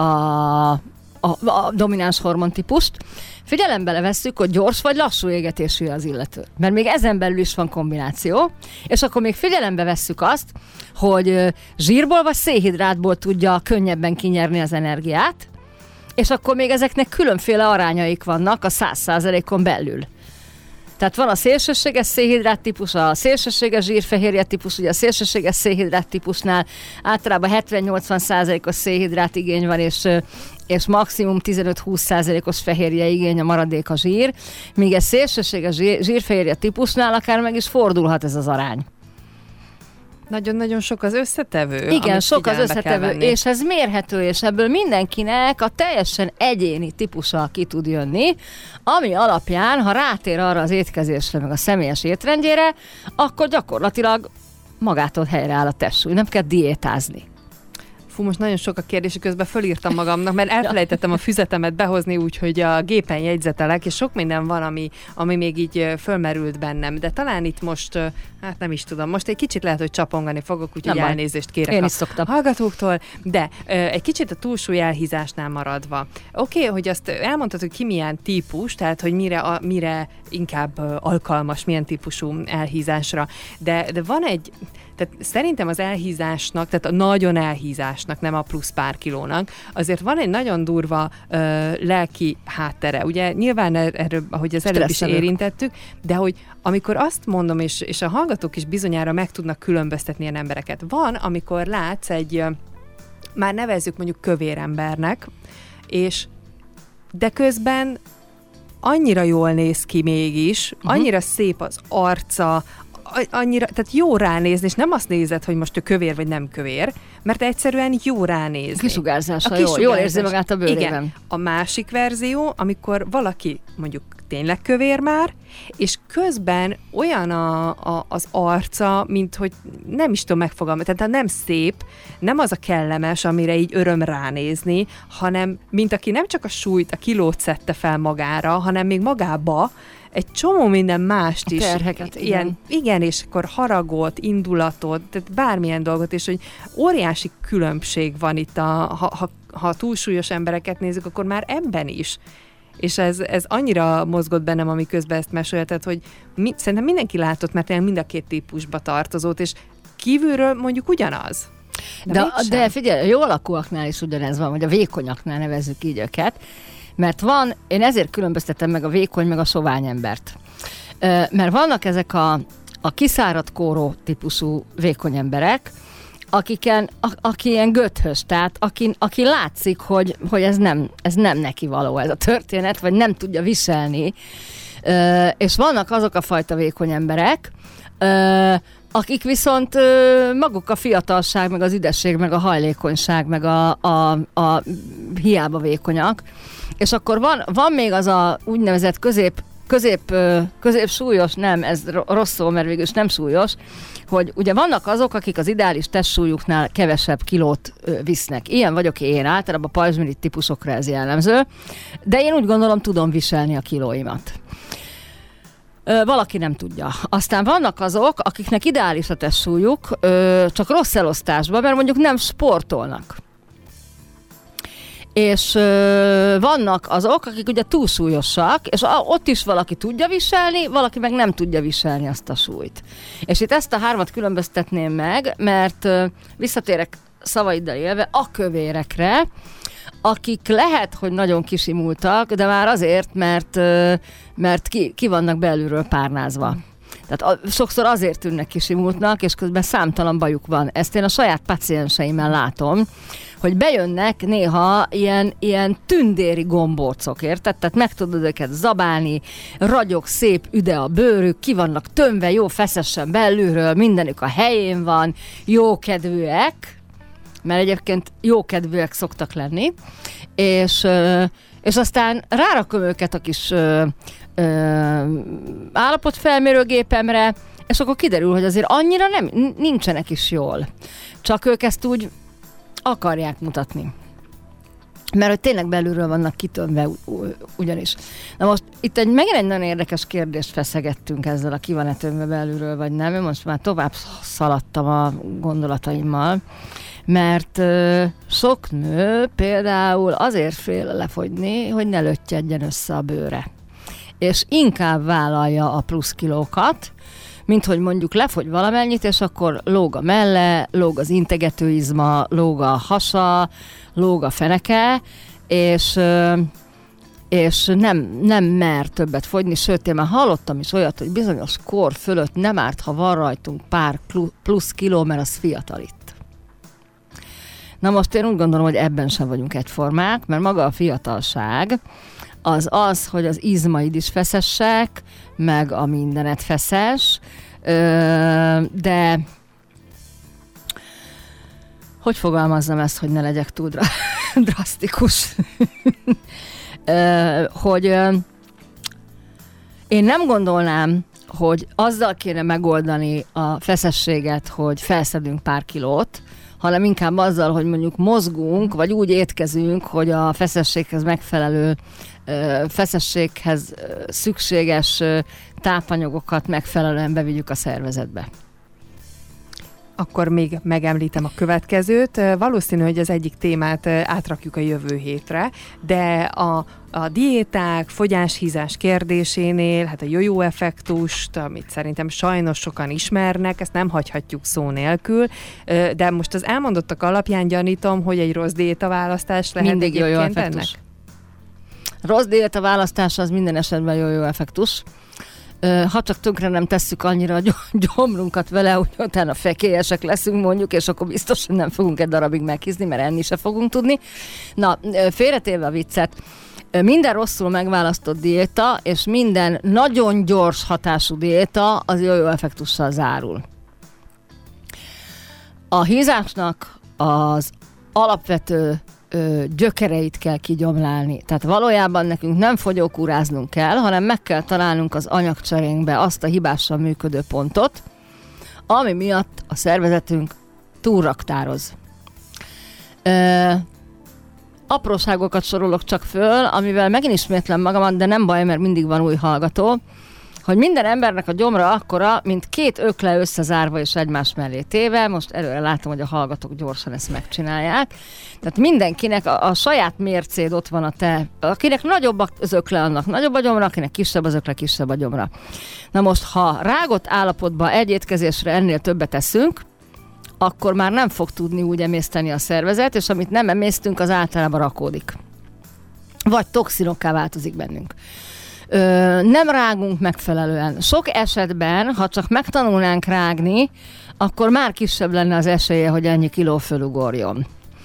domináns hormontípust, figyelembe vesszük, hogy gyors vagy lassú égetésű az illető. Mert még ezen belül is van kombináció, és akkor még figyelembe vesszük azt, hogy zsírból vagy szénhidrátból tudja könnyebben kinyerni az energiát, és akkor még ezeknek különféle arányaik vannak a 100%-on belül. Tehát van a szélsőséges szénhidrát típus, a szélsőséges zsírfehérje típus, ugye a szélsőséges szénhidrát típusnál általában 70-80%-os szénhidrát igény van, és maximum 15-20%-os fehérje igény, a maradék a zsír, míg a szélsőséges zsírfehérje típusnál akár meg is fordulhat ez az arány. Nagyon-nagyon sok az összetevő. Igen, sok az összetevő, és ez mérhető, és ebből mindenkinek a teljesen egyéni típusa ki tud jönni, ami alapján, ha rátér arra az étkezésre, meg a személyes étrendjére, akkor gyakorlatilag magától helyreáll a testsúly, nem kell diétázni. Fú, most nagyon sok a kérdés, közben fölírtam magamnak, mert elfelejtettem a füzetemet behozni, úgyhogy a gépen jegyzetelek, és sok minden van, ami még így fölmerült bennem. De talán itt most, hát nem is tudom, most egy kicsit lehet, hogy csapongani fogok, úgyhogy elnézést kérek a hallgatóktól, de egy kicsit a túlsúly elhízásnál maradva. Oké, hogy azt elmondtad, hogy ki milyen típus, tehát hogy mire inkább alkalmas, milyen típusú elhízásra, de van egy... Tehát szerintem az elhízásnak, tehát a nagyon elhízásnak, nem a plusz pár kilónak, azért van egy nagyon durva lelki háttere. Ugye nyilván erről, ahogy az előbb is érintettük, de hogy amikor azt mondom, és a hallgatók is bizonyára meg tudnak különböztetni ilyen embereket. Van, amikor látsz egy, már nevezzük mondjuk kövér embernek, de közben annyira jól néz ki mégis, annyira szép az arca, annyira, tehát jó ránézni, és nem azt nézed, hogy most ő kövér vagy nem kövér, mert egyszerűen jó ránézni. Kisugárzása, jól érzi magát a bőrében. Igen. A másik verzió, amikor valaki mondjuk tényleg kövér már, és közben olyan az arca, mint hogy nem is tudom megfogalmazni, tehát nem szép, nem az a kellemes, amire így öröm ránézni, hanem mint aki nem csak a súlyt, a kilót szedte fel magára, hanem még magába egy csomó minden mást is. Terheket, igen, és akkor haragot, indulatot, tehát bármilyen dolgot, és hogy óriási különbség van itt, ha túlsúlyos embereket nézzük, akkor már ebben is. És ez annyira mozgott bennem, ami közben ezt mesélted, hogy szerintem mindenki látott, mert tényleg mind a két típusba tartozott, és kívülről mondjuk ugyanaz. De figyelj, a jó alakúaknál is ugyanez van, vagy a vékonyaknál nevezzük így őket, mert én ezért különböztetem meg a vékony, meg a sovány embert. Mert vannak ezek a kiszáradt kóró típusú vékony emberek, aki ilyen göthös, tehát aki látszik, hogy ez nem neki való ez a történet, vagy nem tudja viselni. És vannak azok a fajta vékony emberek, akik viszont maguk a fiatalság, meg az üdesség, meg a hajlékonyság, meg a hiába vékonyak. És akkor van még az a úgynevezett közép súlyos, nem, ez rossz szó, mert végülis nem súlyos, hogy ugye vannak azok, akik az ideális testsúlyuknál kevesebb kilót visznek. Ilyen vagyok én, általában pajzsmirigy típusokra ez jellemző, de én úgy gondolom, tudom viselni a kilóimat. Valaki nem tudja. Aztán vannak azok, akiknek ideális a testsúlyuk, csak rossz elosztásban, mert mondjuk nem sportolnak. És vannak azok, akik ugye túlsúlyosak, és ott is valaki tudja viselni, valaki meg nem tudja viselni azt a súlyt. És itt ezt a hármat különböztetném meg, mert visszatérek szavaiddal élve a kövérekre, akik lehet, hogy nagyon kisimultak, de már azért, mert ki vannak belülről párnázva. Tehát sokszor azért tűnnek kisimultnak, és közben számtalan bajuk van. Ezt én a saját pacienseimmel látom, hogy bejönnek néha ilyen tündéri gombócok, érted? Tehát meg tudod őket zabálni, ragyog, szép üde a bőrük, ki vannak tömve, jó feszesen belülről, mindenük a helyén van, jókedvűek, mert egyébként jókedvűek szoktak lenni, és aztán rárakom őket a kis állapotfelmérőgépemre, és akkor kiderül, hogy azért annyira nincsenek is jól. Csak ők ezt úgy akarják mutatni. Mert hogy tényleg belülről vannak kitömve ugyanis. Na most itt megint egy nagyon érdekes kérdést feszegettünk ezzel a ki van-e tömve belülről, vagy nem. Én most már tovább szaladtam a gondolataimmal, mert sok nő például azért fél lefogyni, hogy ne löttyedjen össze a bőre. És inkább vállalja a plusz kilókat, mint hogy mondjuk lefogy valamennyit, és akkor lóg a melle, lóg az integetőizma, lóg a hasa, lóg a feneke, és nem mer többet fogyni, sőt, én már hallottam is olyat, hogy bizonyos kor fölött nem árt, ha van rajtunk pár plusz kiló, mert az fiatalít. Na most én úgy gondolom, hogy ebben sem vagyunk egyformák, mert maga a fiatalság az, hogy az izmaid is feszesek, meg a mindenet feszes, de hogy fogalmazzam ezt, hogy ne legyek túl drasztikus? Hogy én nem gondolnám, hogy azzal kéne megoldani a feszességet, hogy felszedünk pár kilót, hanem inkább azzal, hogy mondjuk mozgunk, vagy úgy étkezünk, hogy a feszességhez megfelelő, feszességhez szükséges tápanyagokat megfelelően bevigyük a szervezetbe. Akkor még megemlítem a következőt. Valószínű, hogy az egyik témát átrakjuk a jövő hétre, de a diéták, fogyás-hízás kérdésénél, hát a jó effektust, amit szerintem sajnos sokan ismernek, ezt nem hagyhatjuk szó nélkül, de most az elmondottak alapján gyanítom, hogy egy rossz diétaválasztás lehet mindig jó effektus. Ennek? Rossz diétaválasztás az minden esetben jó effektus. Ha csak tönkre nem tesszük annyira a gyomrunkat vele, hogy utána fekélyesek leszünk mondjuk, és akkor biztos, hogy nem fogunk egy darabig meghízni, mert enni se fogunk tudni. Na, félretéve a viccet, minden rosszul megválasztott diéta, és minden nagyon gyors hatású diéta az jó effektussal zárul. A hízásnak az alapvető gyökereit kell kigyomlálni. Tehát valójában nekünk nem fogyókúráznunk kell, hanem meg kell találnunk az anyagcserénkbe azt a hibásan működő pontot, ami miatt a szervezetünk túlraktároz. Apróságokat sorolok csak föl, amivel megint ismétlem magamat, de nem baj, mert mindig van új hallgató, hogy minden embernek a gyomra akkora, mint 2 ökle összezárva és egymás mellé téve. Most előre látom, hogy a hallgatók gyorsan ezt megcsinálják. Tehát mindenkinek a saját mércéd ott van akinek nagyobb az ökle, annak nagyobb a gyomra, akinek kisebb az ökle, kisebb a gyomra. Na most, ha rágott állapotban egy étkezésre ennél többet eszünk, akkor már nem fog tudni úgy emészteni a szervezet, és amit nem emésztünk, az általában rakódik. Vagy toxinokká változik bennünk. Nem rágunk megfelelően. Sok esetben, ha csak megtanulnánk rágni, akkor már kisebb lenne az esélye, hogy ennyi kiló fölugorjon.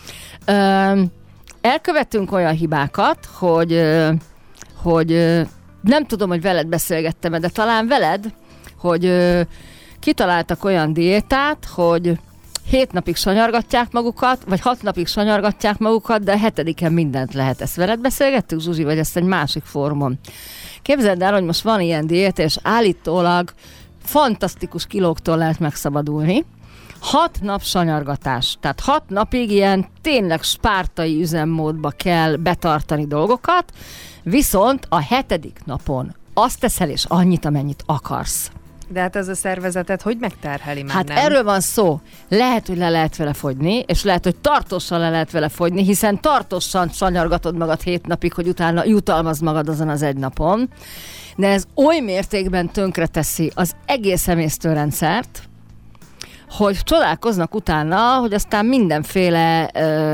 Elkövettünk olyan hibákat, hogy nem tudom, hogy veled beszélgettem, de talán veled, hogy kitaláltak olyan diétát, hogy 7 napig sanyargatják magukat, vagy 6 napig sanyargatják magukat, de 7-en mindent lehet. Ezt veled beszélgettük, Zsuzsi, vagy ezt egy másik fórumon? Képzeld el, hogy most van ilyen diéta, és állítólag fantasztikus kilóktól lehet megszabadulni. 6 nap sanyargatás. Tehát 6 napig ilyen tényleg spártai üzemmódba kell betartani dolgokat, viszont a 7. napon azt teszel, és annyit, amennyit akarsz. De hát ez a szervezetet hogy megterheli már, hát nem? Erről van szó. Lehet, hogy le lehet vele fogyni, és lehet, hogy tartósan le lehet vele fogyni, hiszen tartósan sanyargatod magad 7 napig, hogy utána jutalmazd magad azon az egy napon. De ez oly mértékben tönkreteszi az egész emésztőrendszert, hogy csodálkoznak utána, hogy aztán mindenféle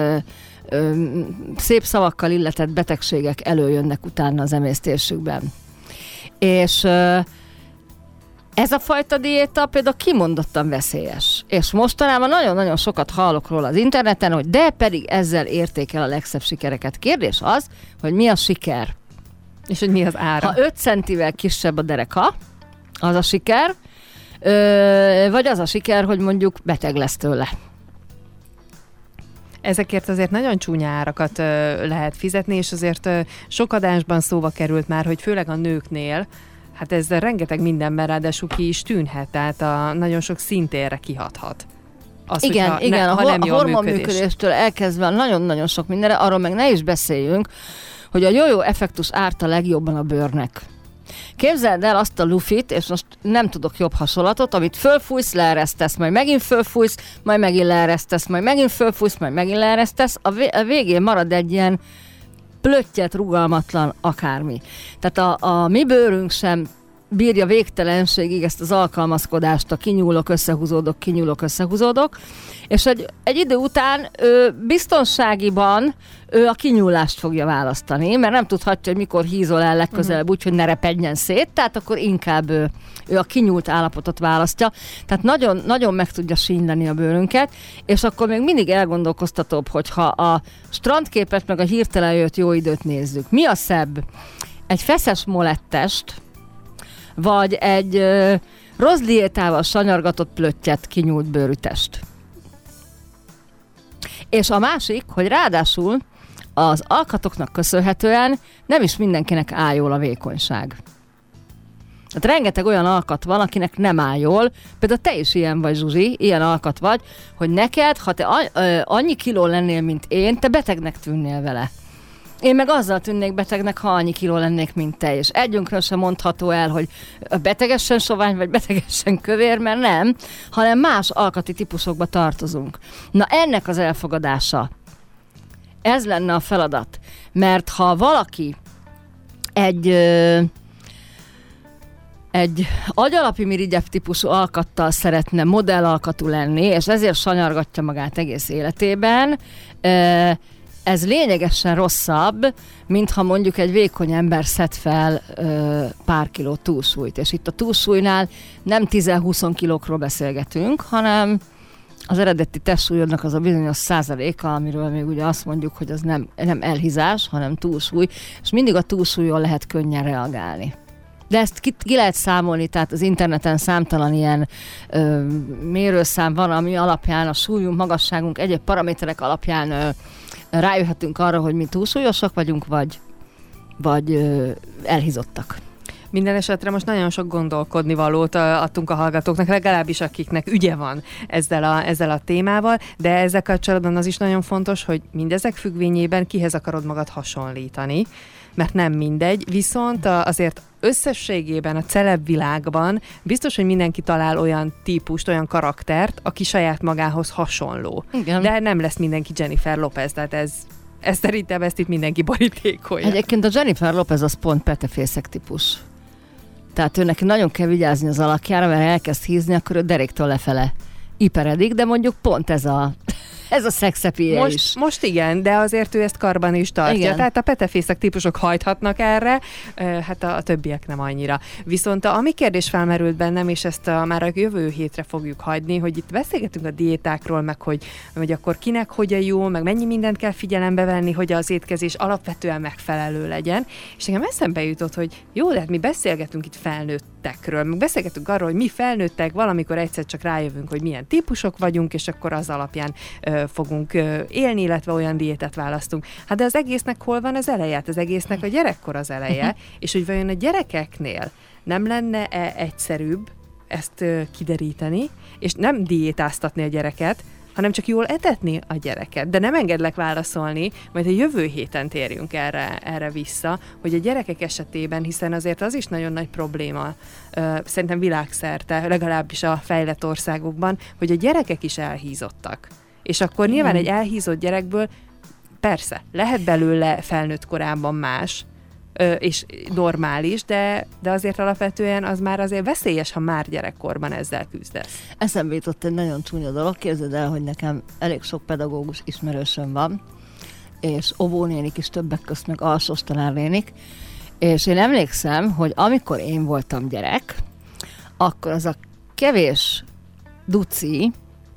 szép szavakkal illetett betegségek előjönnek utána az emésztésükben. És ez a fajta diéta például kimondottan veszélyes. És mostanában nagyon-nagyon sokat hallok róla az interneten, hogy de pedig ezzel érték el a legszebb sikereket. Kérdés az, hogy mi a siker. És hogy mi az ára. Ha 5 centivel kisebb a dereka, az a siker, vagy az a siker, hogy mondjuk beteg lesz tőle. Ezekért azért nagyon csúnya árakat lehet fizetni, és azért sok adásban szóba került már, hogy főleg a nőknél, hát ez rengeteg mindenben ráadásul ki is tűnhet, tehát nagyon sok szintérre kihathat. Az, igen, a hormonműködéstől elkezdve nagyon-nagyon sok mindenre, arról meg ne is beszéljünk, hogy a jó effektus árt a legjobban a bőrnek. Képzeld el azt a lufit, és most nem tudok jobb hasonlatot, amit fölfújsz, leeresztesz, majd megint fölfújsz, majd megint leeresztesz, majd megint fölfújsz, majd megint leeresztesz, a végén marad egy ilyen plöttyet, rugalmatlan akármi. Tehát a mi bőrünk sem bírja végtelenségig ezt az alkalmazkodást, a kinyúlok, összehúzódok, és egy idő után biztonságiban a kinyúlást fogja választani, mert nem tudhatja, hogy mikor hízol el legközelebb úgy, hogy ne repedjen szét, tehát akkor inkább ő a kinyúlt állapotot választja. Tehát nagyon, nagyon meg tudja sínyleni a bőrünket, és akkor még mindig elgondolkoztatóbb, hogyha a strandképet meg a hirtelen jött jó időt nézzük. Mi a szebb? Egy feszes molettest, vagy egy rossz diétával sanyargatott plöttyet kinyúlt bőrű test. És a másik, hogy ráadásul az alkatoknak köszönhetően nem is mindenkinek áll jól a vékonyság. Tehát rengeteg olyan alkat van, akinek nem áll jól, például te is ilyen vagy, Zsuzsi, ilyen alkat vagy, hogy neked, ha te annyi kiló lennél, mint én, te betegnek tűnnél vele. Én meg azzal tűnnék betegnek, ha annyi kiló lennék, mint te, és együnkről sem mondható el, hogy betegesen sovány, vagy betegesen kövér, mert nem, hanem más alkati típusokba tartozunk. Na ennek az elfogadása, ez lenne a feladat, mert ha valaki egy agyalapi mirigyebb típusú alkattal szeretne modellalkatú lenni, és ezért sanyargatja magát egész életében, ez lényegesen rosszabb, mint ha mondjuk egy vékony ember szed fel pár kiló túlsúlyt. És itt a túlsúlynál nem 10-20 kilókról beszélgetünk, hanem az eredeti testsúlyodnak az a bizonyos százaléka, amiről még ugye azt mondjuk, hogy az nem elhízás, hanem túlsúly, és mindig a túlsúlyon lehet könnyen reagálni. De ezt ki lehet számolni, tehát az interneten számtalan ilyen mérőszám van, ami alapján a súlyunk, magasságunk, egyéb paraméterek alapján rájöhetünk arra, hogy mi túlsúlyosak vagyunk, vagy elhízottak. Minden esetre most nagyon sok gondolkodni valót adtunk a hallgatóknak, legalábbis akiknek ügye van ezzel a témával, de ezzel kapcsolatban az is nagyon fontos, hogy mindezek függvényében kihez akarod magad hasonlítani, mert nem mindegy, viszont azért összességében a celeb világban biztos, hogy mindenki talál olyan típust, olyan karaktert, aki saját magához hasonló. Igen. De nem lesz mindenki Jennifer Lopez, tehát ez szerintem ezt itt mindenki borítékolja. Egyébként a Jennifer Lopez az pont petefészek típus. Tehát ő neki nagyon kell vigyázni az alakjára, mert elkezd hízni, akkor ő deréktől lefele iperedik, de mondjuk pont ez a szexepie is. Most igen, de azért ő ezt karban is tartja. Igen. Tehát a petefészek típusok hajthatnak erre, hát a többiek nem annyira. Viszont ami kérdés felmerült bennem, és ezt már a jövő hétre fogjuk hagyni, hogy itt beszélgetünk a diétákról, meg hogy akkor kinek hogyan jó, meg mennyi mindent kell figyelembe venni, hogy az étkezés alapvetően megfelelő legyen. És nekem eszembe jutott, hogy jó, de hát mi beszélgetünk itt felnőttekről, meg beszélgetünk arról, hogy mi felnőttek valamikor egyszer csak rájövünk, hogy milyen típusok vagyunk, és akkor az alapján fogunk élni, illetve olyan diétát választunk. Hát de az egésznek hol van az eleje? Hát az egésznek a gyerekkor az eleje, és hogy vajon a gyerekeknél nem lenne-e egyszerűbb ezt kideríteni, és nem diétáztatni a gyereket, hanem csak jól etetni a gyereket. De nem engedlek válaszolni, majd a jövő héten térjünk erre vissza, hogy a gyerekek esetében, hiszen azért az is nagyon nagy probléma, szerintem világszerte, legalábbis a fejlett országokban, hogy a gyerekek is elhízottak. És akkor nyilván egy elhízott gyerekből persze, lehet belőle felnőtt korában más, és normális, de azért alapvetően az már azért veszélyes, ha már gyerekkorban ezzel küzdesz. Eszembe jutott egy nagyon csúnya dolog. Képzeld el, hogy nekem elég sok pedagógus ismerősöm van, és óvónénik is többek közt, meg alsós tanárnénik, és én emlékszem, hogy amikor én voltam gyerek, akkor az a kevés duci,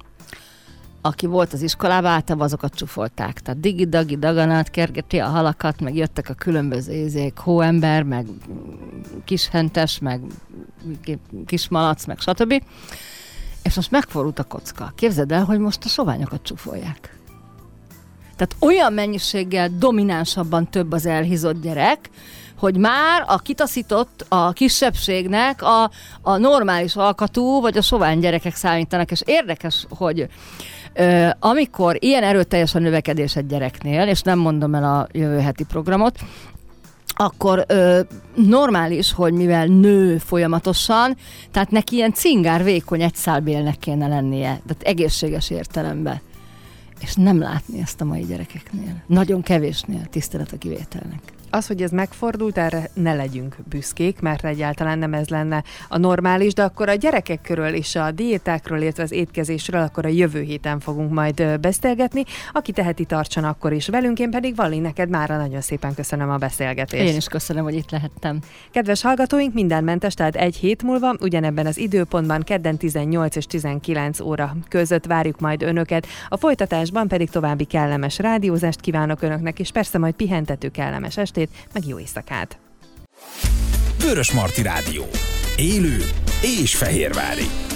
aki volt az iskolában, általában azokat csúfolták. Tehát digi-dagi, daganát, kergeti a halakat, meg jöttek a különböző hóember, meg kishentes, meg kismalac, meg stb. És most megfordult a kocka. Képzeld el, hogy most a soványokat csúfolják. Tehát olyan mennyiséggel dominánsabban több az elhízott gyerek, hogy már a kitaszított, a kisebbségnek a normális alkatú, vagy a sovány gyerekek számítanak, és érdekes, hogy amikor ilyen erőteljes a növekedés egy gyereknél, és nem mondom el a jövő heti programot, akkor normális, hogy mivel nő folyamatosan, tehát neki ilyen cingár, vékony egyszálbélnek kéne lennie, tehát egészséges értelemben. És nem látni ezt a mai gyerekeknél. Nagyon kevésnél, tisztelet a kivételnek. Az, hogy ez megfordult, erre ne legyünk büszkék, mert egyáltalán nem ez lenne a normális, de akkor a gyerekek körül és a diétákról, illetve az étkezésről akkor a jövő héten fogunk majd beszélgetni. Aki teheti, tartson akkor is velünk, én pedig Valli, neked mára nagyon szépen köszönöm a beszélgetést. Én is köszönöm, hogy itt lehettem. Kedves hallgatóink, minden mentes, tehát egy hét múlva, ugyanebben az időpontban, kedden 18 és 19 óra között várjuk majd önöket. A folytatásban pedig további kellemes rádiózást kívánok önöknek, és persze majd pihentető kellemes estét, meg jó éjszakát! Vörösmarty Rádió. Élő és fehérvári.